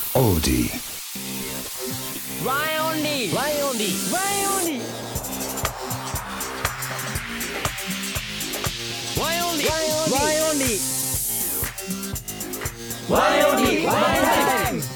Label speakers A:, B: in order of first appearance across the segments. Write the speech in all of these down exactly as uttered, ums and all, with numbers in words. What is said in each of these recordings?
A: オーディ
B: ワンオンリーワンオンリーワンオンリーワンオンリーワンオンリーワンオンリーワンタイム。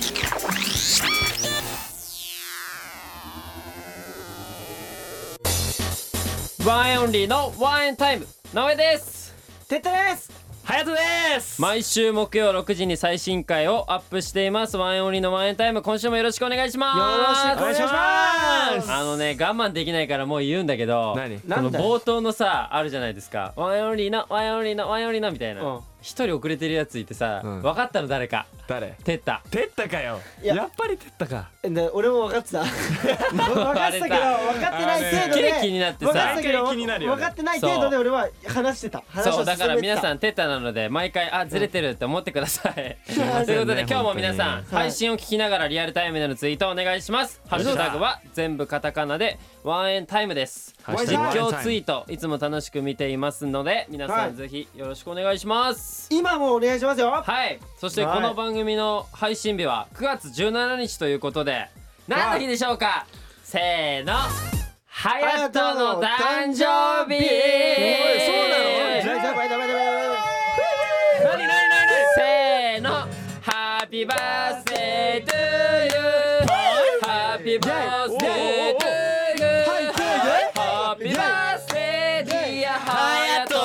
B: ワンオンリーのワンエンタイム、直江です。
C: てったです。
B: 隼人です。毎週木曜ろくじに最新回をアップしていますワンオンリーのワンエンタイム、今週もよろしくお願いします。
C: よろしくお願いします。
B: あのね、我慢できないからもう言うんだけど、
C: 何
B: この冒頭のさあるじゃないですか、ワンオンリーのワンオンリーのワンオンリーのみたいな、一、うん、人遅れてるやついてさ、うん、分かったの誰か。
C: 誰？
B: てった
C: てったかよ。や, やっぱりてったか。
D: で俺も分かってた分かってたけど分かってない程度で、
B: ね、気になってさ、
D: 分かってたけど分かってない程度で俺は話してた。
B: そうだから皆さんてったなので毎回あずれてるって思ってください、うん、ということで今日も皆さん配信を聞きながらリアルタイムでのツイートお願いします。ハッシュタグは全部カタカナでワンエンタイムです。実況ツイートいつも楽しく見ていますので皆さんぜひよろしくお願いします。
D: 今もお願いしますよ。
B: はい。そしてこの番組の配信日はくがつじゅうしちにちということで、何の日でしょうか。せーの、隼人の誕生日。
D: そうなの？じゃあじゃあバイバイバイバイバイ。
B: 何何何何？せーの、ハッピーバースデートゥーユー。ハッピーバースデートゥーユー。ハッピーバースデーディア隼人。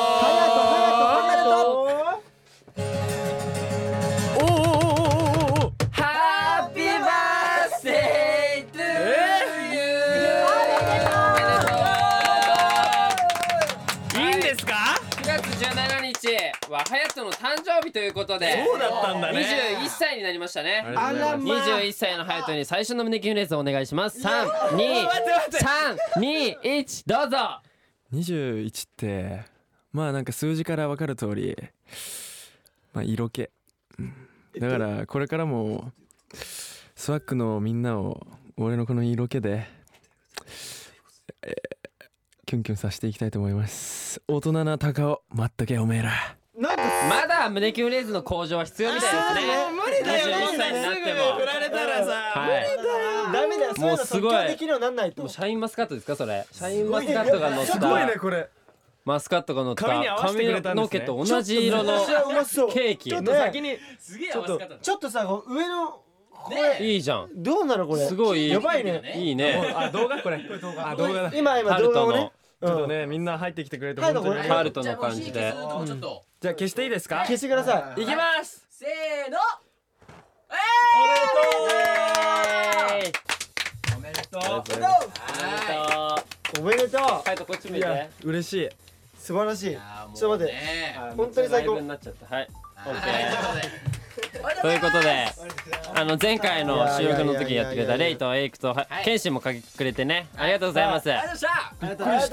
B: 隼人の誕生日ということで、
C: そうだったんだね。
B: にじゅういっさいになりましたね。
D: あらま。
B: にじゅういっさいの隼人に最初の胸キュンレースをお願いします。さん、に、さん、に、いち、どうぞ。
C: にじゅういちってまあなんか数字から分かる通り、まあ色気、うん、だからこれからもスワックのみんなを俺のこの色気で、えー、キュンキュンさせていきたいと思います。大人な鷹を待っとけおめえら。
B: まだ胸キュンレースの向上は必要みたいですね。
D: 無理だよ。
B: にじゅういっさいになっても
C: 振られたらさ、
B: はい、
D: ダメだよ。そういうの即興できるようになんないと。
B: もうシャインマスカットですかそれ。シャインマスカットが乗った。
C: すごいねこれ。
B: マスカットが乗った
C: 髪に合わせてくれたんですね。
B: 髪の毛と同じ色のケーキ。
C: ちょっと先に
B: すげえ合わせ方。
D: ちょっとさ上のこれ
B: いいじゃん。
D: どうなのこれ。
B: すごい
D: やばいね。
B: いいね。
C: あ動画これ。あ動画だ。
D: 今今動画をね。
C: ちょっとねみんな入ってきてくれて本当に
B: ハルトの感じで。
C: じゃあ消していいですか。
D: 消してください。
B: いきます。
E: せーの。
C: おめでとう。
E: おめでとう。
B: おめでとう。
D: おめでとう。
B: ハルトこっち向いて。
C: 嬉しい。
D: 素晴らしい。ちょっと待って。本当に最高。
B: になっちゃった。はい。オッケー。ということで、あの前回の収録の時にやってくれたレイとエイクとケンシンも書きくれてね、ありがとうございます。
E: ありがとうございました。
C: びっくりした。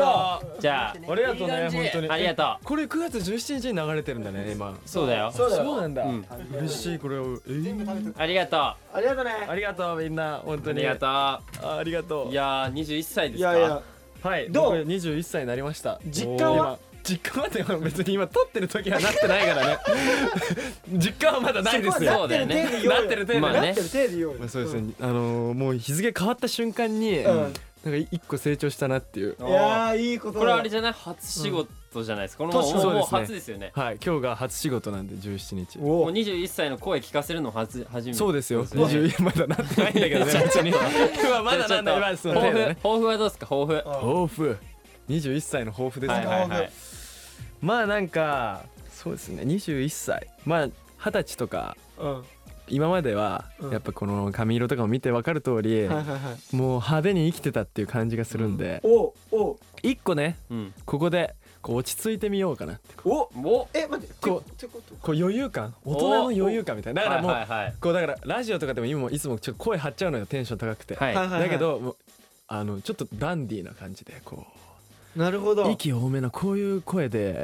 B: じゃあ
C: ありがとうね本当に。
B: ありがとう。
C: これくがつじゅうしちにちに流れてるんだね今。
B: そうだよ。
D: そうだよ。
C: そうなんだ。嬉しいこれを。
B: ありがとう。
D: ありがとうね。
C: ありがとうみんな本当に。
B: ありがと
C: う。ありがとう。
B: いやーにじゅういっさいですか。
D: いやいや。
C: はい。
D: どう？
C: にじゅういっさいになりました。
D: 実感は？
C: 実感はって別に今撮ってる時はなってないからね。実感はまだないですよ。
B: そうだよね。
C: なってる程度
D: なってる程度言おうよ。
C: そうですね。あのもう日付変わった瞬間になんか一個成長したなっていう。
D: いやいいこと。
B: これあれじゃない初仕事じゃないですか。このもう初ですよね。
C: はい今日が初仕事なんでじゅうしちにち。
B: もうにじゅういっさいの声聞かせるの初初めて。
C: そうですよ。にじゅうまだなってないんだけどね。別に。今まだなんだ今そう
B: 抱負抱負はどうですか抱負。
C: 抱負。にじゅういっさいの抱負ですか。まあなんかそうですねにじゅういっさいまあはたちとか、うん、今まではやっぱこの髪色とかも見て分かる通り、うん、もう派手に生きてたっていう感じがするんで、うん、おお一個ね、うん、ここでこう落ち着いてみようかなって
D: おおえ待って
C: こうこう余裕感大人の余裕感みたいなだからもう、はいはいはい、こうだからラジオとかでも今もいつもちょっと声張っちゃうのよテンション高くて、はい、だけどもうあのちょっとダンディーな感じでこう
D: なるほど
C: 息多めのこういう声で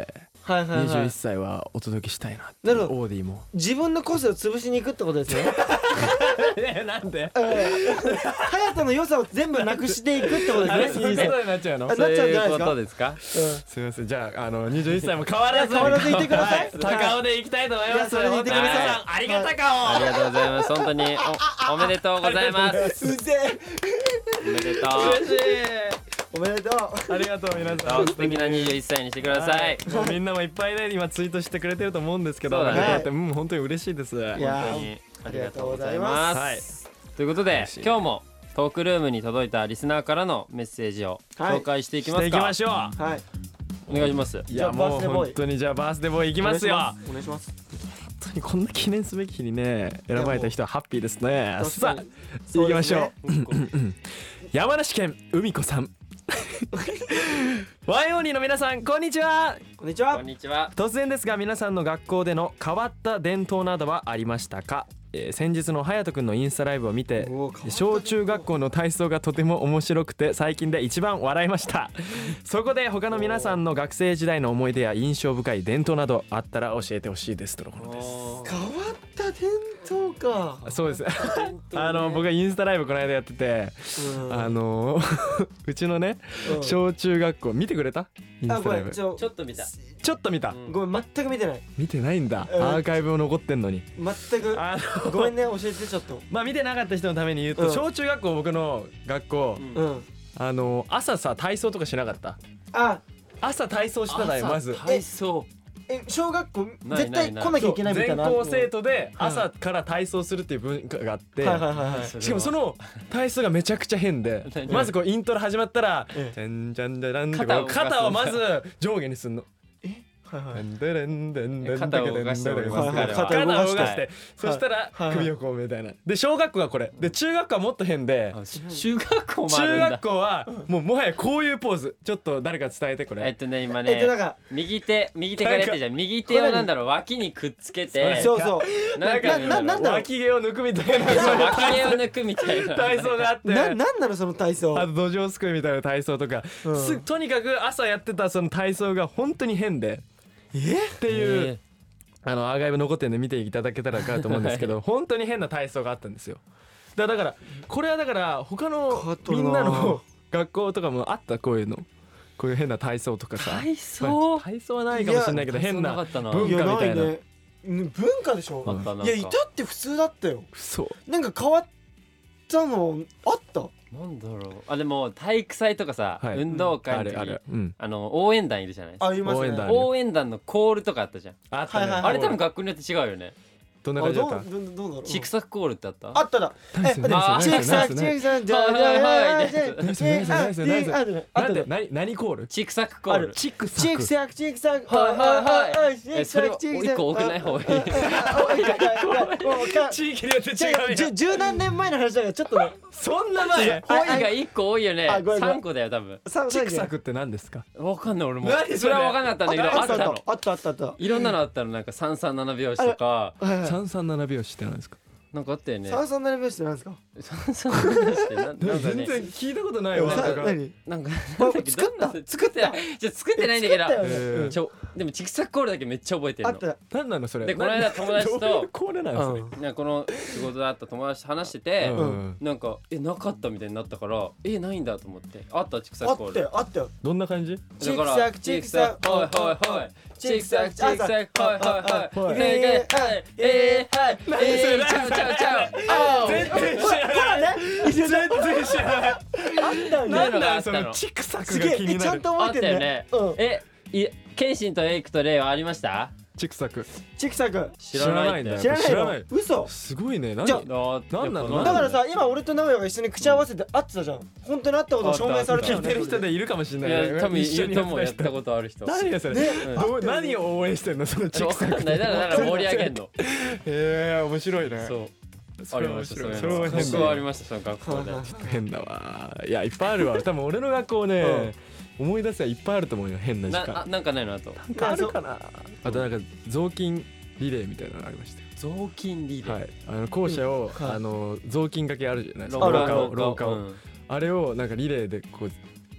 D: はいはいはい
C: にじゅういっさいはお届けしたいなって。
D: なるほど。
C: オーディも
D: 自分の個性を潰しに行くってことですね。
C: えなんで
D: 隼人の良さを全部なくしていくってこと
C: あれ
D: ですね。
C: そういうことになっちゃうの。
D: あなっちゃうんじゃないですか。
B: そういうことですか。
C: すみません。じゃああのにじゅういっさいも変わらず
D: 変わらずいてください。
C: 高尾で行きたいと思います。
D: いやそれでいてください。
C: 皆さんありがたか
B: ありがとうございます。本当におおめでとうございます。
D: うぜえ。
B: おめでとう。
C: 嬉しい。
D: おめでとう。
C: ありがとう皆さん。
B: 素敵なにじゅういっさいにしてください。
C: もうみんなもいっぱいね今ツイートしてくれてると思うんですけど、
B: そうだね
C: ありがたいうん本当に嬉しいです。
D: いや
B: 本当にありがとうございます。
C: はい
B: ということで
C: 嬉しい
B: 今日もトークルームに届いたリスナーからのメッセージを紹介していきますか。
C: していきましょう。
D: はい。
B: お願いします。
C: い
D: じゃあ
C: やもう
D: バースデーボーイ
C: 本当にじゃあバースデーボーイ行きますよ。
D: お願いします。
C: 本当にこんな記念すべき日にね選ばれた人はハッピーですね。さあ
D: そう
C: 行きましょう。
D: う。
C: 山梨県海子さん。ワイオーニーの皆さんこんにちは。
D: こんにちは
B: こん。にちは。
C: 突然ですが皆さんの学校での変わった伝統などはありましたか。えー先日の隼人くんのインスタライブを見て
D: おー変わった
C: 小中学校の体操がとても面白くて最近で一番笑いました。そこで他の皆さんの学生時代の思い出や印象深い伝統などあったら教えてほしいですとのことです。
D: 変わった伝統か。
C: そうですあの僕がインスタライブこの間やってて、
D: うん
C: あのうちのね
D: うん
C: 小中学校見てくれたイン
D: あ
C: スタライブ
D: ごめんちょ
B: ちょっと見た。
C: ちょっと見た、
B: うん
D: ごめん全く見てない。
C: 見てないんだ、
D: うん
C: アーカイブも残ってんのに
D: 全く
C: あの
D: ごめんね教えてちょっと。
C: まあ見てなかった人のために言うと、
D: うん
C: 小中学校僕の学校、
B: うん
D: うん。
C: あの朝さ体操とかしなかった？
D: あ
C: 朝体操しただよまず
B: 朝体操。
D: え小学校
B: ない
D: 絶対
B: ないない
D: 来なきゃいけないみたいな。
C: 全校生徒で朝から体操するっていう文化があって、
D: はいはいはいはい。
C: しかもその体操がめちゃくちゃ変で
B: 何
C: まずこうイントロ始まったら
D: え
C: 「じゃんじゃんじゃらん」ってこう
B: 肩を動かす
C: 肩をまず上下にすんの。
D: はいはい。
C: でれんでんでん
B: 肩を動かしております
D: はいはい
B: 彼は
C: 肩を動かして、
B: はい
C: そしたら
D: はいはい
C: 首をこうみたいな。で小学校はこれで中学校はもっと変で、
B: あ中学校もある
C: 中
B: んだ。
C: 学校はもうもはやこういうポーズちょっと誰か伝えてこれ。
B: えっとね今ね
D: えっとなんか
B: 右手右手からやってるじゃん。右手をなんだろう脇にくっつけて
D: そうそう
B: なんか
D: なななんだろう
C: 脇毛を抜くみたいな
B: そう脇毛を抜くみたいな
C: 体操があって。
D: ななんなのその体操。
C: あと土壌すくいみたいな体操とか、
D: うん
C: すとにかく朝やってたその体操が本当に変で
D: え
C: っていう、あのアーカイブ残ってるんで見ていただけたらかと思うんですけど本当に変な体操があったんですよ。だだからこれはだから他の
D: 変わっとるな
C: みんなの学校とかもあったこういうのこういう変な体操とかさ。
B: 体操
C: 体操はないかもしれないけど
B: いや
C: 変な
B: 体操なかったな
C: 文化みたいな。
D: ね文化でしょ。
B: あったなんか
D: いやいたって普通だったよ。
C: そう
D: なんか変わったのあった。
B: なんだろう。あでも体育祭とかさ
C: はい
B: 運動
C: あ
B: 会の時
C: るある、うん、
B: あの応援団いるじゃないですか。
D: ありますね。
C: 応援団
B: 応援団のコールとかあったじゃん。
C: あったね、
D: はいはい
B: あれ多分学校によって違うよね。
C: どんな
D: あどう
C: 感じだった？
D: どうどうだろう。
B: チクサクコールってあった？
D: あっただ。
C: ナイス
D: え
C: ナイス
D: チークさんチ
C: ナイスナイス
D: ークさんじゃ
B: はいはいはい
C: ナイスナイスナイスナイスナイス
D: あった
C: なんで
D: だ。
C: 何何コール？
B: チクサクコール。
C: チックサ
D: チークさんチークさん
B: はいはいはい
D: チーク
B: えそれは
D: さんチークさん
B: 一個多くない方がいい。
C: 地域によって違うやん。
D: じゅ十何年前の話だからちょっとね。
C: そんな前
B: 多いが一個多いよね
D: あごめんごめん
B: 三個だよ多分。
D: さ
C: チクサクって何ですか？
B: わかんない俺も
C: 何それ
B: それはわかんなかったんだけどあったの。
D: あったあったあった。
B: いろんなのあったのなんか三三七拍子とか
D: はいはい
C: 三三七拍子って何ですか？
B: なんかあったよね。
D: 三三七拍子ってなんですか。
B: 三三七拍子ってななんか
C: 全
B: ね
C: 然聞いたことないわ。
D: さ
C: なんか
D: 何？
B: なんか
D: あ
B: なんだっけ
D: 作った
B: どんな作ってないじゃ作ってないんだけど
D: 作ったよね
C: えー
B: ちょでもチクサクコールだけめっちゃ覚えてるの。
D: あった。
C: 何なのそれ？
B: でこの間友達と
C: どういうコールなのそれ？
B: なんかこの仕事だった友達と話してて、
C: うん
B: なんかえなかったみたいになったからえないんだと思ってあったチクサ
D: あった
B: クコール。
D: よあったよ。
C: どんな感じ？
D: チクサクチクサク
B: はいはいはいチクサクチクサクはいはいはい
C: はい
B: えーはいえーはいえーちゃうちゃうちゃうあ
C: 全然知らない。全然知らない。
D: あったよね。
C: なんだ
B: あったの
C: そのチクサク
D: すげええちゃん
C: が気になる。
D: と覚えてるね。うん。
B: えいケンシンとエイクとレイはありました？
C: チクサク
D: チクサク
B: 知らないって。
C: 知らないんだ
D: 知らないの
C: 知らない？
D: 嘘。
C: すごいね。何？
D: じゃあ
C: なんなの
D: だからさ今俺と直哉が一緒に口合わせて会ってたじゃん。本当に会ったことを証明されたよね。
C: 聞いてる人でいるかもしれない。
B: いや多分
C: 一緒に
B: 言うともや
C: やった人。
B: ったことある人。
C: 何がそれ？
D: ね
C: どう何を応援してんのそのチク
B: わかん
C: サク？
B: ないだからだから盛り上げんの。
C: へえ面白いね。
B: そう。
C: それは面
B: ありました
C: 白い。
B: それは
C: それは変
B: 僕はあり
C: だ。
B: ましたその学校で。
C: 変だわ。いやいっぱいあるわ。多分俺の学校ね思い出せばいっぱいあると思うよ変な時間。
B: なあなんかないのあと。
C: なんかあるかな。あとなんか雑巾リレーみたいなのありましたよ。
B: 雑巾リレー。
C: はい。あの校舎を
D: はい
C: あの雑巾掛けあるじゃないです
B: 廊
C: か。廊
B: 下
C: 下を廊下を。
B: うん
C: あれをなんかリレーでこう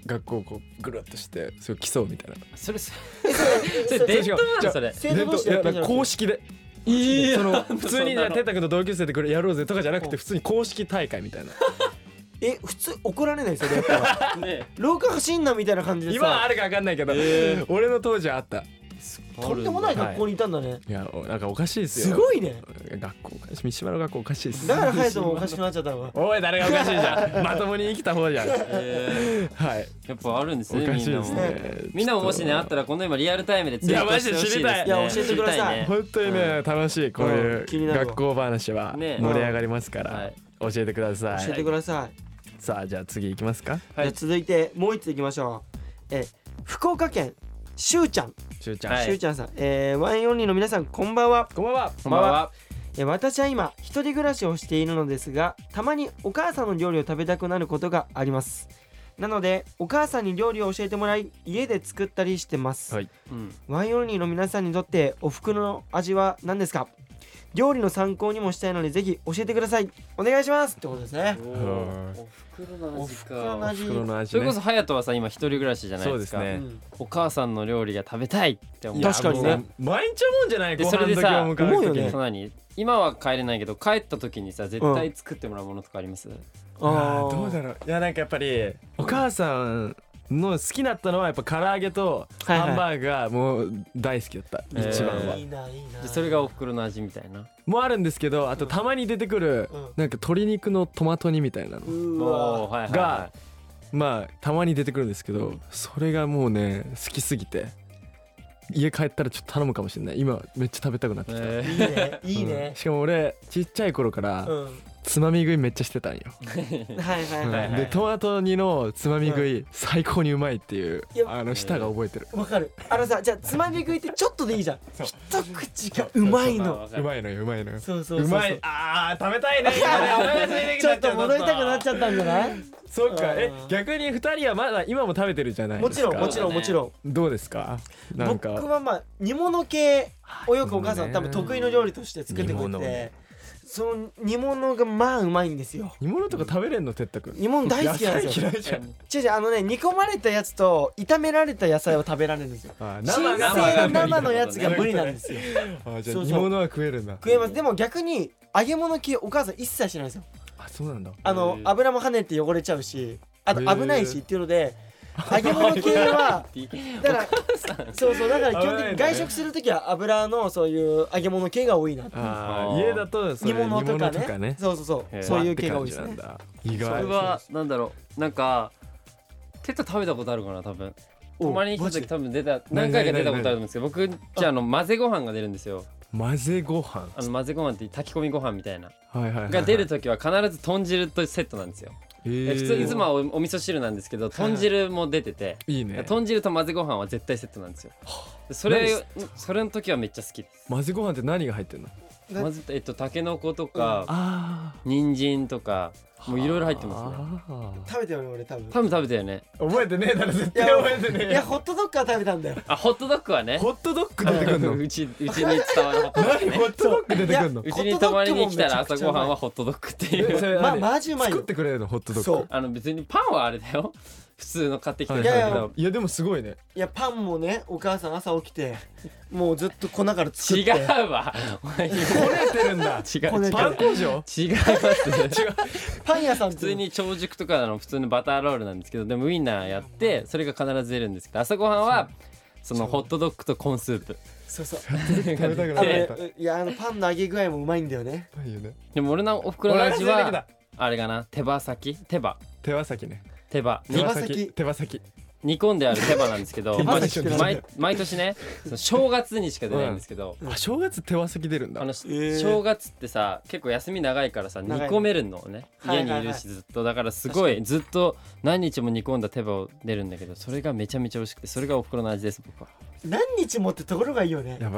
C: 学校をこうぐるっとしてそれ競うみたいな。
B: それそれそれ伝統なのそれ。
D: 生徒同士でやってんじゃなくて
C: 公式で
B: い
C: その普通に
B: そんなの
C: テタ君と同級生でこれやろうぜとかじゃなくて普通に公式大会みたいな。
D: え普通怒られないですよねやっぱ
B: ね
D: 廊下走んなみたいな感じでさ
C: 今はあるか分かんないけど、
B: え
C: 俺の当時はあった。
D: とんでもない学校にいたんだね、
C: いやなんかおかしいですよ。
D: すごいね。
C: 学校三島の学校おかしいです。
D: だから隼人もおかしくなっちゃったのか。
C: おい誰がおかしいじゃん。まともに生きた方じゃん。
B: え
C: はい
B: ーやっぱあるんですね。
C: おかしいです
B: みんなも
C: ね。
B: みんなももしねあったらこの今リアルタイムでツイートしてほしいですね。
C: いやマジで知りたい
D: いや教えてください
B: 知りたね
C: 本当にね楽しいこう
D: うん気に
C: いう
D: なるわ
C: 学校話は
B: ね
C: 盛り上がりますか
B: は
C: ら
B: い
C: 教えてくださ
D: 教えて
C: い。
D: ください。
C: さあじゃあ次行きますか。
B: はい
D: じゃあ続いてもう一ついきましょう。え福岡県しゅうちゃん、
C: しゅうちゃん、
B: はい
D: しゅうちゃんさん、えーワンオンリーの皆さんこんばんは。
C: こんばんは。
B: こんばんは。
D: えー私は今一人暮らしをしているのですが、たまにお母さんの料理を食べたくなることがあります。なのでお母さんに料理を教えてもらい家で作ったりしてます、
C: はい
B: うん
D: ワンオンリーの皆さんにとってお袋の味は何ですか？料理の参考にもしたいのでぜひ教えてください。お願いしますってことですね。
B: お
C: はい
B: お袋の
D: お
B: 味か。
D: 袋の味
C: 袋の味ね。
B: それこそ隼人はさ今一人暮らしじゃないですか。
C: そうですね
D: うん
B: お母さんの料理が食べたいって思う。
C: いや
D: 確かにね
C: もう毎日思うんじゃない？
B: で
C: ご飯
B: それでさ
C: 時を迎える時に
D: 思うよね
B: そう何今は帰れないけど帰った時にさ絶対作ってもらうものとかあります？
C: あーどうだろう。いやなんかやっぱりお母さんの好きだったのはやっぱ唐揚げと
D: はいはい
C: ハンバーガーもう大好きだった、
B: えー
C: 一番は。
D: いいないいな。
B: でそれがお袋の味みたいな。
C: もうあるんですけどあとたまに出てくる
D: うん
C: なんか鶏肉のトマト煮みたいなの
D: う
B: お
D: わ
B: ーはいはいは
C: がまあたまに出てくるんですけど、
B: うん
C: それがもうね好きすぎて家帰ったらちょっと頼むかもしれない。今めっちゃ食べたくなって
B: い。
C: きた、
B: え
D: いいねいい
C: うん
D: ね。
C: しかも俺ちっちゃい頃から
D: うん
C: つまみ食いめっちゃしてたんよ、
B: ー
D: はいはい
C: うん
D: はいはい。
C: でトマト煮のつまみ食い、最高にうまいっていう
D: いや
C: あの舌が覚えてる。
D: わかる。あのさじゃあつまみ食いってちょっとでいいじゃん。一口がうまいの。
C: うまいのようまいのよ。
D: そうそうそうそう。
C: うまい。あー食べたいね今ねお腹空いてき
D: ちょっ
C: た
D: と戻りたくなっちゃったんじゃない？
C: そっかえ
D: うん
C: 逆にふたりはまだ今も食べてるじゃない
D: も
C: ですか。
D: ちろんもちろんもちろん。
C: どうですかなん
D: 僕
C: か
D: はまあ煮物系をよくお母さん多分得意の料理として作ってくれ
C: 煮物
D: て
C: ね、
D: その煮物がまあうまいんですよ。
C: 煮物とか食べれんのてったくん。
D: 煮物大好きなんですよ。
C: 野菜嫌いじゃん。
D: 違う違うあのね煮込まれたやつと炒められた野菜を食べられるんですよ。
C: あ
D: 新鮮な生のやつが無理なんですよ。
C: あじゃ
D: そうそう
C: あ煮物は食えるんだ。
D: 食えます。でも逆に揚げ物系お母さん一切しないんですよ。
C: あそうなんだ。
D: あの
B: へー
D: 油も跳ねて汚れちゃうし、あと
C: へー
D: 危ないしっていうので揚げ物系はだからそうそうだから基本的に外食するときは油のそういう揚げ物系が多いな。
C: あ
B: あー
C: ー家だとそうい
D: 煮
C: う
D: 物とかね。
C: 煮物とかね。
D: そうそうそう
B: へー
D: そういう系が多いですね
C: って感。じなんだ。意
B: それ
C: 外。
B: はなんだろうなんかテッタ食べたことあるかな多分。泊まりに来た時多分出た何回か出たことあると思うんですけど僕じゃああの混ぜご飯が出るんですよ。
C: 混ぜご飯。
B: あの混ぜご飯って炊き込みご飯みたいな
C: はいはいはいはい。
B: が出る時は必ず豚汁とセットなんですよ。
C: へー
B: え普通いつもはおお味噌汁なんですけど豚汁も出てて
C: いいね。
B: 豚汁と混ぜご飯は絶対セットなんですよ。でそれそれの時はめっちゃ好きです。
C: 混ぜご飯って何が入ってんの？
D: な
B: まずえっとタケノコとか
C: あ
B: 人参とかもういろいろ入ってますね。
C: す
D: 食べたよね俺多分。
B: 多分食べたよね。
C: 覚えてねえだろ絶対
D: いや
C: 覚えてねえ
D: いやホットドッグは食べたんだよ。
B: あホットドッグはね。
C: ホットドッグ出てくんの？
B: うちうちに伝わるホットドッグね。
C: 何ホットドッグ出てくんの
D: い？
B: うちに泊まりに来たら朝ごはんはホットドッグっていう。
D: まあ
C: えそれ何
D: マジうまいよ
C: 作っ。てくれるのホットドッグ？
D: そう
B: あの別にパンはあれだよ。普通の買ってきてるん
C: はい
B: だけど
D: いやいや。
C: いやでもすごいね。
D: いやパンもねお母さん朝起きてもうずっと粉から作っ
B: 違
D: て。
B: うわ。お前違う
C: こねてるんだ。
B: 違う。
D: こねて
C: パン工場？
B: 違います。違う。
D: パン屋さん
B: 普通に朝食とかの普通のバターロールなんですけどでもウインナーやってそれが必ず出るんですけど朝ごはんはそのホットドッグとコーンスープ。
D: そうそう
C: 食べたく
D: あの
C: な
B: で
C: かった。
D: ねいやあのパンの揚げ具合もうまいんだよね。
C: いいよね。
B: でも俺のお袋の味
C: お腹空いてき
B: はあれかな手羽先手羽
C: 手羽先ね。
B: 手羽
D: 手羽先
C: 手羽先。
B: 煮込んである手羽なんですけど
C: 手羽先って
B: 毎毎年ねその正月にしか出ないんですけど、
C: あ正月手羽先出るんだ。
B: あの、
D: ー
B: 正月ってさ結構休み長いからさ煮
D: 長い
B: 込めるのね
D: はいはいはい
B: 家にいるしずっとだからすごいずっと何日も煮込んだ手羽を出るんだけどそれがめちゃめちゃ美味しくてそれがお袋の味です僕は。
D: 何日もってところがいいよね。
C: やばい。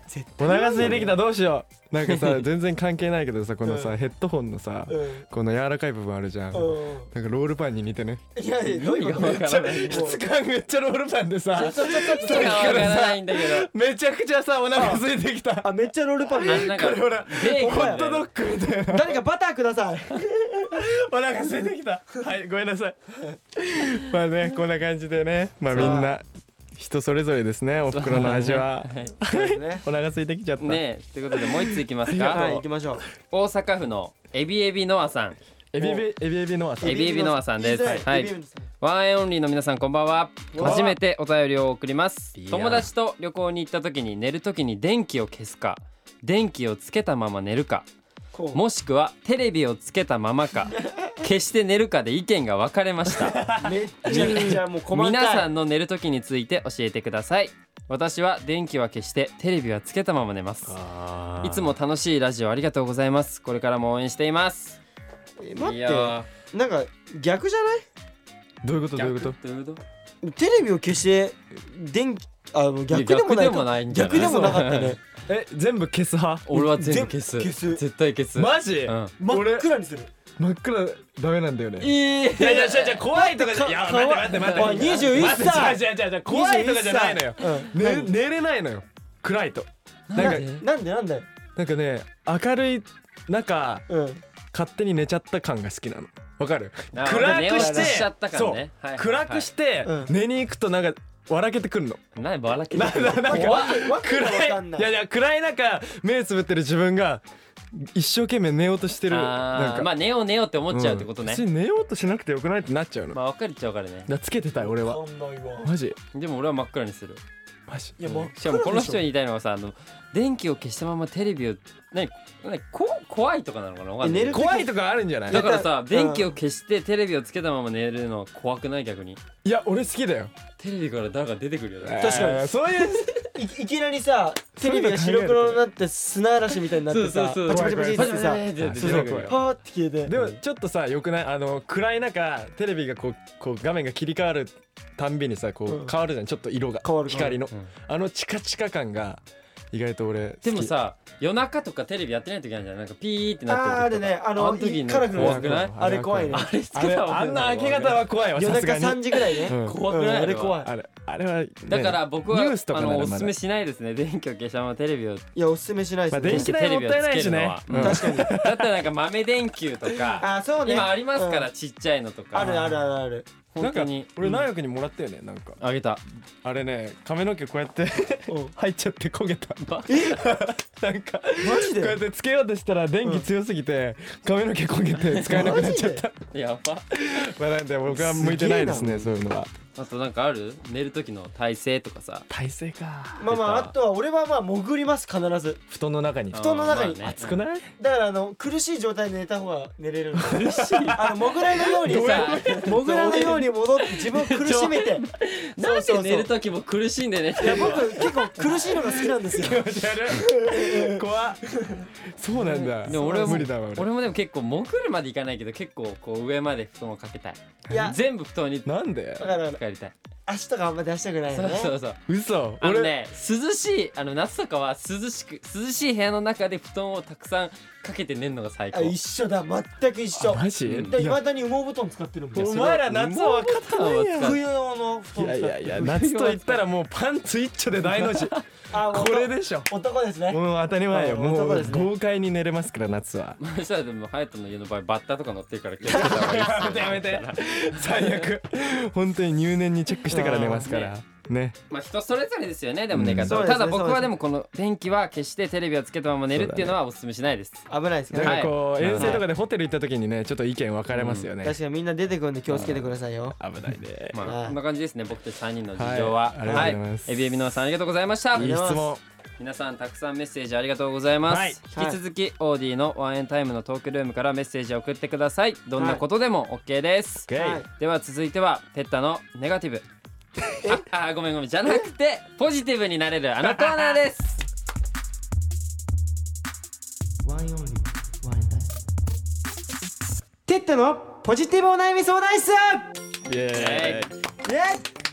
C: お腹空いてきたどうしよう。なんかさ全然関係ないけどさこのさヘッドホンのさこの柔らかい部分あるじゃん。なんかロールパンに似てね。
D: いやいやどういうこと？
C: 質感めっちゃロールパンでさ
B: ちょっとちょっとちょっとわからないんだけど
C: めちゃくちゃさお腹空いてきた。
D: あめっちゃロールパン
B: なんか
C: これほら
B: ベーコン
C: ホットドッグみたいな。
D: 誰かバターください。
C: お腹空いてきた。はいごめんなさい。まあねこんな感じでねまあみんな人それぞれですねお袋の味は。
D: そうですね。
C: お腹空いてきちゃった
B: ねえということでもう一ついきますか。
D: はい行きましょう。
B: 大阪府のエビエビノアさん。
C: エビエビエビエビノアさん。
B: エビエビノアさんです。はい
D: エビエビさん
B: ワンエンオンリーの皆さんこんばんは。
D: こんばんは
B: 初めてお便りを送ります
C: い。や
B: 友達と旅行に行った時に寝る時に電気を消すか電気をつけたまま寝るか
D: こう
B: もしくはテレビをつけたままか消して寝るかで意見が分かれました
D: めっちゃめちゃもう細かい。
B: 皆さんの寝る時について教えてください。私は電気は消してテレビはつけたまま寝ます。
C: あー
B: いつも楽しいラジオありがとうございます。これからも応援しています。
D: え待って
B: いや
D: なんか逆じゃない？
C: どういうことどういうこと。
B: どういうこと
D: テレビを消して電気あの逆でもない
B: 逆でもないんじゃない
D: 逆でもなかったね。
C: え全部消す派。
B: 俺は全部消す
D: 全部消す
B: 絶対消す
C: マジ、
B: うん
D: 真っ暗にする。
C: 真っ暗ダメなんだよね。
B: いい
C: いやいやいやいや怖いとかじゃいや
D: か
C: 待って待って待って
D: おいにじゅういっさい
C: 待って違う違う違う怖いとかじゃないのよ。
D: うん
C: ね寝れないのよ暗いと。なんか
D: なんでなんで
C: なんかね明るい中
D: うん
C: 勝手に寝ちゃった感が好きなの。わかる？
B: あ
C: 暗く
B: 寝落
C: して
B: ちしちゃったからね
C: そう
B: はいはいはい
C: 暗くして
D: うん
C: 寝に行くとなんか笑けてくるの。
B: 何バラけて
C: なななんか
D: わけわけがわかんない
C: 暗いいやいや暗い中目つぶってる自分が一生懸命寝ようとしてるなんか
B: あーまあ寝よう寝ようって思っちゃうってことね、
C: ん別に寝ようとしなくてよくないってなっちゃうの。
B: まあ分かれちゃうからね
C: だからつけてたい俺は。
D: わかんないわ。
C: マジ
B: でも俺は真っ暗にする。
C: マジ。
D: いや真っ
B: しかもこの人に
D: に
B: 言いたいのはさあの電気を消したままテレビを何何こ怖いとかなのかなわかんない
D: え寝る
C: 怖いとかあるんじゃない？
B: だからさ
D: うん
B: 電気を消してテレビをつけたまま寝るの怖くない？逆に
C: いや俺好きだよ。
B: テレビから誰か出てくるよね。
D: 確かに
C: えーそういう
D: いいきなりさテレビが白黒になって砂嵐みたいになってさ
B: そうそうそう
D: パチパチパチってさ
B: パチパチって
C: そうそう
B: 出てくるよ
D: パーって消えて
C: でもちょっとさよくない？あの暗い中テレビがこうこう画面が切り替わるたんびにさこ
D: うん
C: う変わるじゃんちょっと色が
D: 変わる
C: 光の
B: うん
C: あのチカチカ感が意外と俺好き。
B: でもさ夜中とかテレビやってない時あるじゃんなんかピーってなってる時とか
D: あーあるねあの
B: あの時ね
D: カラフルな
B: 怖くない？
D: あれ怖いね
B: あれつ
C: あれ
B: けたまま
C: あんな明け方は怖いわ
D: 夜中
C: さすがに。
D: さんじぐらいね
C: うん
B: 怖くない？
D: うんあれ怖い
C: あれあれはね
B: だから僕は
C: ニュースとか
B: あ
C: ならまだ
B: のおすすめしないですね。電気を消したままテレビを
D: いやおすすめしない
C: まあ
D: ですね
C: 電気代もったいないしね。
B: テレビをつけるのは
C: うん
D: 確かに
B: だったらなんか豆電球とか
D: あそうね
B: 今ありますから
D: うん
B: ちっちゃいのとか
D: あるあるあるある
B: 本当に
C: 俺ナヨ君にもらったよねなんか
B: あげた
C: あれね髪の毛こうやって
D: うん
C: 入っちゃって焦げた。
B: バ
C: なんか
D: マジで
C: こうやってつけようとしたら電気強すぎて髪の毛焦げて使えなくなっちゃった。
B: やば。
C: まあなんで僕は向いてないですね
D: す
C: そういうのは。
B: あとなんかある？寝る時の体勢とかさ
C: 体勢か。
D: まあまああとは俺はまあ潜ります必ず
C: 布団の中に
D: 布団の中に
B: まあね
C: 熱くない？
D: だからあの苦しい状態で寝た方が寝れる苦しいあのモグラのように
B: どう
D: さモグラのように戻って自分を苦しめて
B: なんで寝る時も苦しんで寝て
D: いや
B: るの？
D: 僕結構苦しいのが好きなんですよ
C: 気持ち悪い。怖っ。そうなんだ。
B: でも俺も
C: 無理だわ俺。
B: 俺もでも結構潜るまでいかないけど結構こう上まで布団をかけたい。
D: いや
B: 全部布団に
C: なんで
D: だ？から
B: 帰りたい。
D: 足とかあんま出したくないよね
B: そうそうそう。
C: 嘘。俺
B: あのね涼しいあの夏とかは涼しく涼しい部屋の中で布団をたくさんかけて寝るのが最高。
D: あ一緒だ全く一緒
C: マジ？
B: うん
D: でいま
C: いや
D: だに羽毛布団使ってるもん
B: いや
C: お前ら夏は分かってないやん。
D: 冬用の布
C: い
D: 団使ってる
C: やいやいや夏と言ったらもうパンツ一丁で大の字。
D: あもう
C: これでしょ。
D: 男ですね
C: もう当たり前よ。
D: はい
C: もう
D: 男ですね
C: 豪快に寝れますから夏は。
B: まあそしたらでも隼人の家の場合バッタとか乗ってるから気をつけた方がいいですよ。
C: やめてやめて。最悪。本当に入念にチェックしてから寝ますから。ね。
B: まあ人それぞれですよねでも寝
C: うん
B: 方は、
D: そうですね
B: ただ僕はでもこの電気は消してテレビはつけたまま寝るっていうのはおすすめしないです。
D: 危ないです
C: だ
D: ね
C: からこう
B: はい
C: 遠征とかでホテル行った時にねちょっと意見分かれますよね。
D: 確かにみんな出てくるんで気をつけてくださいよ
C: 危ないね。
B: ま
D: はい
B: あこんな感じですね僕たちさんにんの事情は。
C: はいありがとうございます
B: エビエビのさんありがとうございました。
C: いい質問。
B: 皆さんたくさんメッセージありがとうございます、
C: はい
B: 引き続きオーディのワンエンタイムのトークルームからメッセージを送ってください。どんなことでも OK です、
C: オッケー
D: はい
B: では続いてはテッタのネガティブああごめんごめんじゃなくてポジティブになれるあのコーナーです
D: ワンオンリーワンエンタイムテッタのポジティブお悩み相談室
C: イエーイ。
D: イエ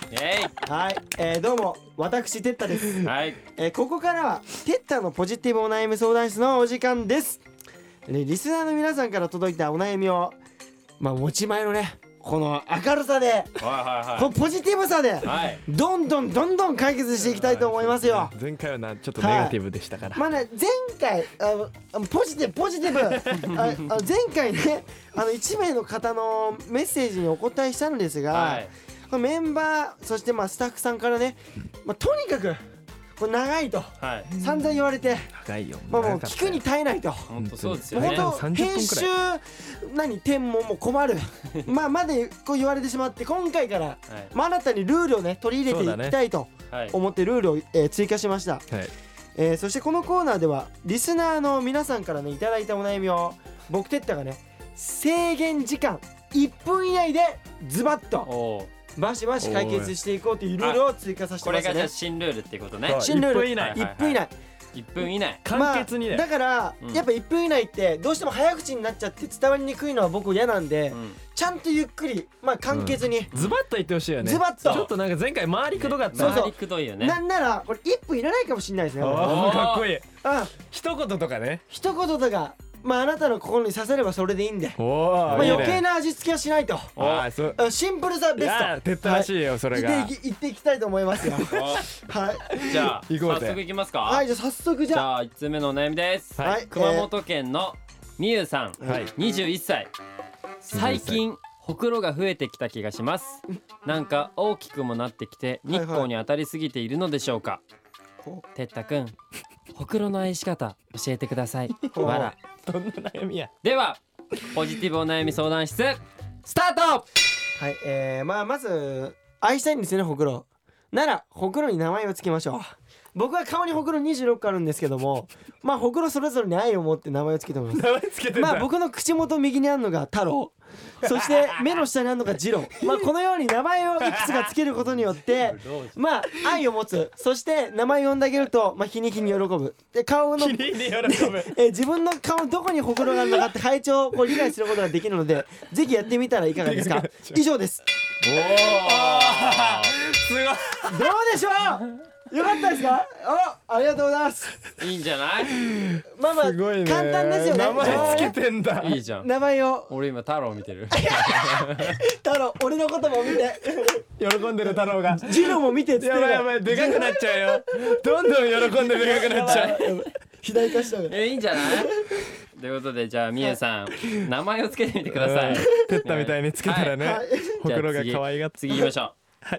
B: エ
D: はい、えー、どうも私テッタです、
B: イはい。
D: えー、ここからはテッタのポジティブお悩み相談室のお時間です。でリスナーの皆さんから届いたお悩みをまあ持ち前のねこの明るさで、
B: はいはいはい。
D: このポジティブさで、
B: はい。
D: どんどんどんどん解決していきたいと思いますよ。
C: 前回はなちょっとネガティブでしたから、
D: まあね、前回ああポジティブポジティブああ前回ねあのいち名の方のメッセージにお答えしたのですが、
B: はい。
D: このメンバーそしてまあスタッフさんからね、まあ、とにかくこれ長いと
B: はい。
D: 散々言われて、
C: 長いよ。
D: まあ、もう聞くに耐えないと。
B: 本当そうですよね。
D: 本当
C: さんじゅっぷん
D: 編集
C: くらい
D: 何点ももう困るまあまでこう言われてしまって、今回から、
B: はい。
D: まあ、新たにルールをね取り入れていきたいと
B: はい。
D: 思ってルールを、えー追加しました、
C: はい。
D: えーそしてこのコーナーではリスナーの皆さんからねいただいたお悩みを僕テッタがね制限時間いっぷん以内でズバッと
B: おお。
D: バシバシ解決していこうというルールを追加させて
B: これがじゃあ
D: ますね。
B: 新ルールっていうことね
C: そう。
D: 新ルール
C: いっぷん以内
D: いっぷん以内
B: いっぷん以内。
C: 簡潔にね、
D: まあ、だから、
B: うん
D: やっぱいっぷん以内ってどうしても早口になっちゃって伝わりにくいのは僕嫌なんで、
B: うん。
D: ちゃんとゆっくりまあ簡潔に、
C: ズバッと言ってほしいよね。
D: ズバッと
C: ちょっとなんか前回回りくどかった。
D: そうそう
B: 回りくどいよね。
D: なんならこれいっぷんいらないかもしれないですね。
C: あ
D: これ
C: ーかっこいい。
D: うん
C: 一言とかね。
D: 一言とかまああなたの心に刺さればそれでいいんで、
C: おお、
D: まあ、
C: いいね。
D: 余計な味付けはしないと。
C: ああ、そう。
D: うんシンプルさベ
C: い
D: スト。
C: やー、鉄塔らしいよ、それが。
D: 言っていき言っていきたいと思いますよ。
B: お
D: はい
B: じゃあ
C: 行こうぜ
B: 早速いきますか。
D: はい、じゃあ早速じゃあ
B: じゃあいちつうめのお悩みです。
D: はい
B: 熊本県のみゆさん、
C: はい。
B: にじゅういっさい。最近ほくろが増えてきた気がします。なんか大きくもなってきて日光に当たりすぎているのでしょうか。
D: ほ
B: てったくん、ほくろの愛し方教えてください。
D: ほう
B: わら。
C: どんな悩みや。
B: ではポジティブお悩み相談室スタート。
D: はい、えー、まあまず愛したいんですよねほくろならほくろに名前をつけましょう。僕は顔にほくろにじゅうろっこあるんですけども、まあほくろそれぞれに愛を持って名前をつけております。
C: 名前つけてんだ。
D: まあ僕の口元右にあるのが太郎、そして目の下にあるのが次郎。まあこのように名前をいくつかつけることによってまあ愛を持つ、そして名前を呼んであげるとまあ日に日に喜ぶ。で顔の
C: 気に入り喜ぶ。
D: えー自分の顔どこにほくろがあるのかって配置をこう理解することができるのでぜひやってみたらいかがですか。以上です。
B: お
C: すごい。
D: どうでしょう。よかったですか。あ、ありがとうございます。
B: ーいいんじゃない。
D: まあまあ
C: すごいね。
D: 簡単ですよね。
C: 名前つけてんだ。
B: いいじゃん。
D: 名前を
B: 俺今太郎見てる。
D: 太郎、俺のことも見て
C: 喜んでる太郎が。
D: ジローも見てっつって
C: やばいやばい、でかくなっちゃうよ。どんどん喜んででかくなっちゃう。
D: 左化したよ。
B: えいいんじゃない。ということでじゃあみゆさん名前をつけてみてください。
C: テッタみたいにつけたらね、
D: はい
C: ほくろが可愛がって。
B: 次行きましょ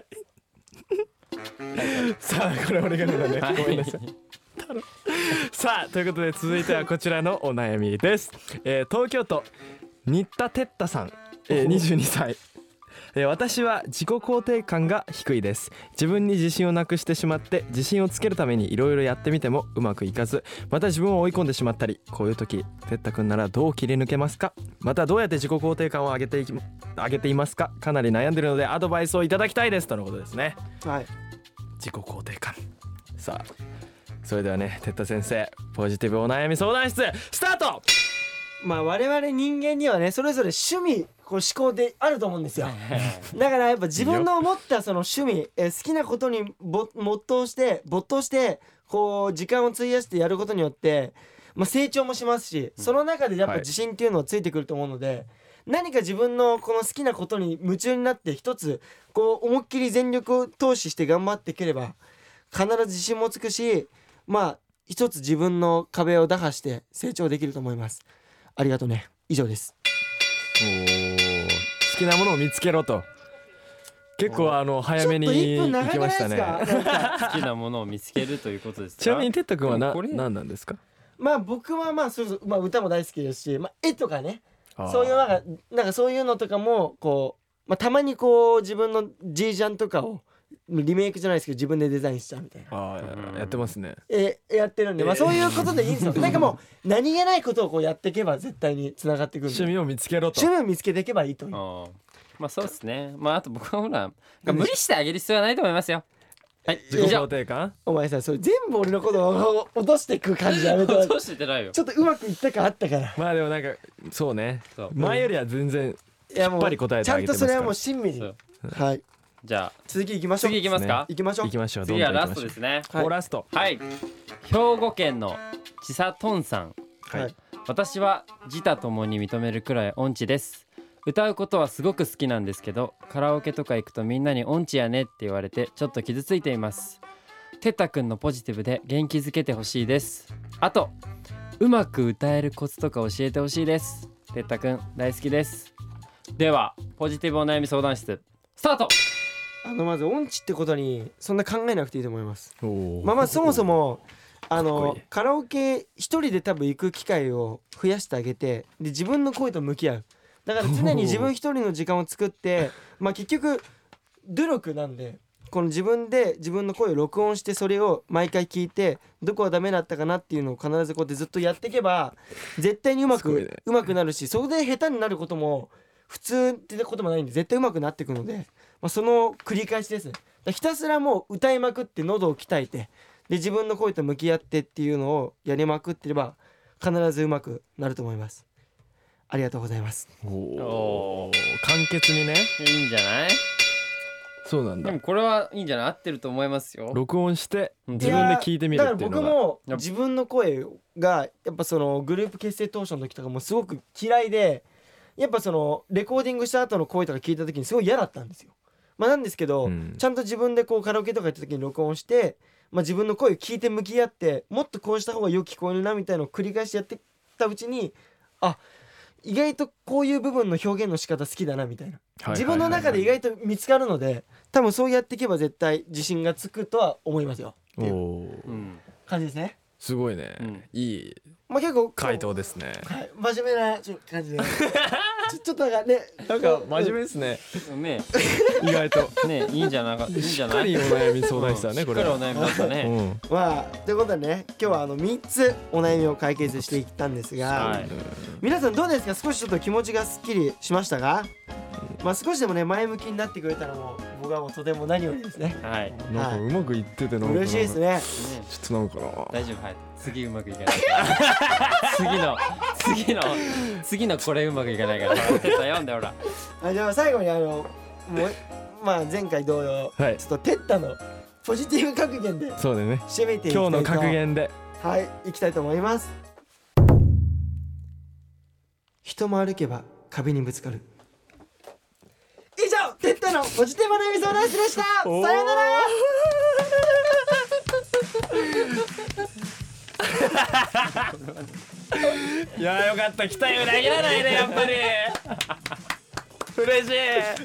C: さあこれ俺がねだね。
B: う。
C: ごめんなさい。さあということで続いてはこちらのお悩みです。えー、東京都新田テッタさん、えー、にじゅうにさい。えー私は自己肯定感が低いです。自分に自信をなくしてしまって自信をつけるためにいろいろやってみてもうまくいかず、また自分を追い込んでしまったり、こういう時てったくんならどう切り抜けますか。またどうやって自己肯定感を上げていき上げていますか。かなり悩んでるのでアドバイスをいただきたいですとのことですね。
D: はい。
C: 自己肯定感。さあそれではねてった先生ポジティブお悩み相談室スタート。
D: まあ我々人間にはねそれぞれ趣味こう思考であると思うんですよ。だからやっぱ自分の思ったその趣味、えー好きなことにぼ没頭して没頭してこう時間を費やしてやることによって、まあ、成長もしますし、その中でやっぱ
C: はい
D: 自信っていうのはついてくると思うので、何か自分のこの好きなことに夢中になって一つこう思いっきり全力を投資して頑張っていければ必ず自信もつくし、まあ一つ自分の壁を打破して成長できると思います。ありがとうね。以上です。
C: おー好きなものを見つけろと。結構あの早めに
D: ちょっといっぷん
C: 行
D: 長くないです
C: きましたね。
B: 好きなものを見つけるということですか。
C: ちなみにてったくんはな
B: これ
C: 何なんですか。
D: まあ僕はまあそうそう、まあ、歌も大好きですし、まあ、絵とかね
C: あー
D: そういうなんかなんかそういうのとかもこう、まあ、たまにこう自分の G ジャンとかをリメイクじゃないですけど自分でデザインしちゃうみたいな。
C: あーやってますね。
D: えやってるんで、まあ、そういうことでいいんですよ。なんかもう何気ないことをこうやっていけば絶対につながってくるんで
C: 趣味を見つけろと。
D: 趣味を見つけていけばいいという。
B: あーまあそうですね。まああと僕はほら無理してあげる必要はないと思いますよ。はい
C: 自己
B: 以上
C: 肯。定感。
D: お前さそれ全部俺のことを落としていく感じやめて。
B: 落としてないよ。
D: ちょっとうまくいったかあったから
C: まあでもなんかそうね
B: そう
C: 前よりは全然
D: いやもう
C: しっぱり答えてあげてますから
D: ちゃんとそれはもう親身に
B: そう
D: はい
B: じゃあ
D: 続きいきましょう。
B: 次いきますか。
D: 行きましょう。
C: 行きましょう。
B: 次はラ
C: どんどん行きましょう
B: ストですね。
C: おラスト。
B: はい兵庫県のちさとんさん。
C: はい。
B: 私は自他ともに認めるくらい音痴です。歌うことはすごく好きなんですけど、カラオケとか行くとみんなに音痴やねって言われてちょっと傷ついています。てったくんのポジティブで元気づけてほしいです。あとうまく歌えるコツとか教えてほしいです。てったくん大好きです。ではポジティブお悩み相談室スタート。
D: あのまず音痴ってことにそんな考えなくていいと思います。
C: おー
D: まあまあそもそもあ
C: かっこ
D: の
C: いい
D: カラオケ一人で多分行く機会を増やしてあげて、で自分の声と向き合う。だから常に自分一人の時間を作ってまあ結局努力なんで、この自分で自分の声を録音してそれを毎回聞いてどこがダメだったかなっていうのを必ずこうやってずっとやっていけば絶対にうますく
C: ごいね
D: うまくなるし、それで下手になることも普通ってこともないんで絶対うまくなっていくので、まあ、その繰り返しですね。だからひたすらもう歌いまくって喉を鍛えてで自分の声と向き合ってっていうのをやりまくってれば必ずうまくなると思います。ありがとうございます。
C: お
B: お
C: ー簡潔にね。
B: いいんじゃない。
C: そうなんだ
B: でも。これはいいんじゃない。合ってると思いますよ。
C: 録音して
B: うん
C: 自分で聞いてみるっていうのが。
D: だから僕も自分の声がやっぱそのグループ結成当初の時とかもすごく嫌いで、やっぱそのレコーディングした後の声とか聞いた時にすごい嫌だったんですよ。まあなんですけど、
C: うん、
D: ちゃんと自分でこうカラオケとかやった時に録音して、まあ、自分の声を聞いて向き合ってもっとこうした方がよく聞こえるなみたいなのを繰り返しやってたうちに、あ意外とこういう部分の表現の仕方好きだなみたいな、自分の中で意外と見つかるので、多分そうやっていけば絶対自信がつくとは思いますよっていう
C: おー
B: うん
D: 感じですね。
C: すごいね、
B: うん
C: いい
D: まあ結構
C: 回答ですね。
D: はい、真面目なちょ感じでちょちょっとなんかね
C: なんか真面目ですね。
B: ね
C: 意外と
B: ねいいんじゃなかいいんじゃない。
C: しっかりお悩み相談したねこれは。
B: しっかりお悩みだったね。
C: うん
D: まあということでね、今日はあのみっつお悩みを解決していったんですが、
B: はい
D: 皆さんどうですか。少しちょっと気持ちがすっきりしましたが、まあ少しでもね前向きになってくれたのも僕はもうとても何よりですね。
B: はい。
C: なんかうまくいっててなんか
D: 嬉しいですね。
B: ね
C: ちょっとなんかな
B: 大丈夫。はい。次うまくいかない次の次の次のこれうまくいかないからほらテッタ読んでほら。
D: あじゃあ最後にあのもうまあ前回同様、
C: はい
D: ちょっとテッタのポジティブ格言で
C: そうだよね。
D: 締めていきたいと
C: 今日の格言で
D: はいいきたいと思います。人も歩けば壁にぶつかる。以上テッタのポジティブなエピソードでした。さようなら。
C: いやよかった。期待裏切らないねやっぱり嬉し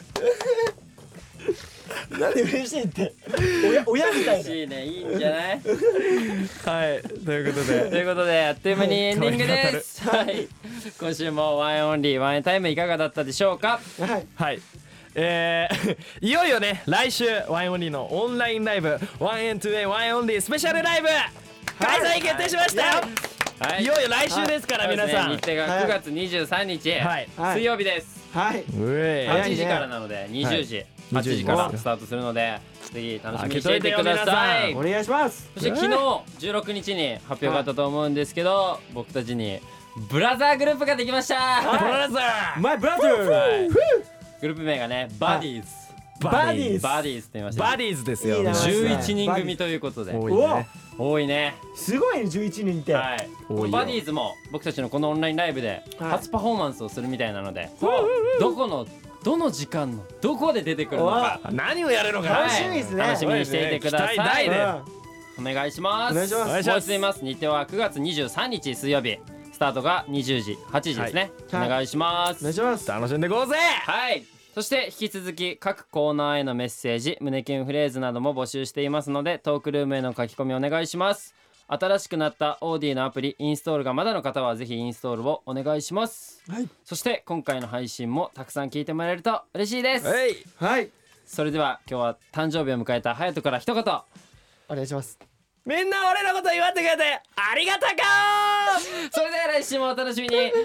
C: い。
D: なんで嬉しいって親親みたいな。
B: 嬉しいね。いいんじゃない。
C: はいということで
B: ということであっという間にエンディングです。はい今週もワンエンオンリーワンエンタイムいかがだったでしょうか。
D: はい
C: はいえー、いよいよね来週ワンエンオンリーのオンラインライブワンエンツーエーワンエンオンリースペシャルライブ開催決定しましたよ。
B: はい
C: いよいよ来週ですから、
B: そうですね
C: 皆さん。
B: 日程がくがつにじゅうさんにち、
C: はい
D: はい
B: 水曜日です。
D: はい。
C: うえ
D: 早いね
B: はちじからなのでにじゅうじ、はちじからスタートするのでぜひ楽しみにしていてください。
D: お願いします。
B: そして昨日じゅうろくにちに発表があったと思うんですけど、僕たちにブラザーグループができました。
C: ブラザー
D: マイブラザー。
B: はいグループ名がねバディーズ、
D: バディーズ。
B: バディーズって言いました。
C: バディーズですよ。
D: いい名前
B: じゅういちにん組ということで
C: 多いね。
B: 多いね。
D: すごいねじゅういちにんって。
B: はい
C: 多いよ
B: バディーズも僕たちのこのオンラインライブで
D: はい
B: 初パフォーマンスをするみたいなので、どこのどの時間のどこで出てくるのか
C: 何をやるのか。
D: 楽しみですね
B: 楽しみにしていてください。
C: 期待大ね
D: う
B: お願いします。
D: お願いします
C: お願いします
B: もう一度言います。日程はくがつにじゅうさんにち水曜日、スタートがにじゅうじ、はちじですね。
D: はい
B: お願いします。
D: んお願いします。
C: 楽しんでこうぜ。
B: はい。そして引き続き各コーナーへのメッセージ、胸キュンフレーズなども募集していますので、トークルームへの書き込みお願いします。新しくなったオーディのアプリインストールがまだの方はぜひインストールをお願いします。
D: はい
B: そして今回の配信もたくさん聞いてもらえると嬉しいです。
C: はい。
D: はい。
B: それでは今日は誕生日を迎えた隼人から一言。
D: お願いします。
C: みんな俺のこと言ってくれてありがたか
B: それでは来週もお楽しみに。バイバ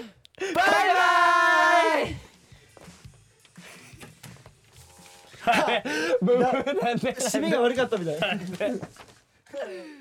B: イ。
C: ー。ブブーなんで。
D: 締めが悪かったみたいな。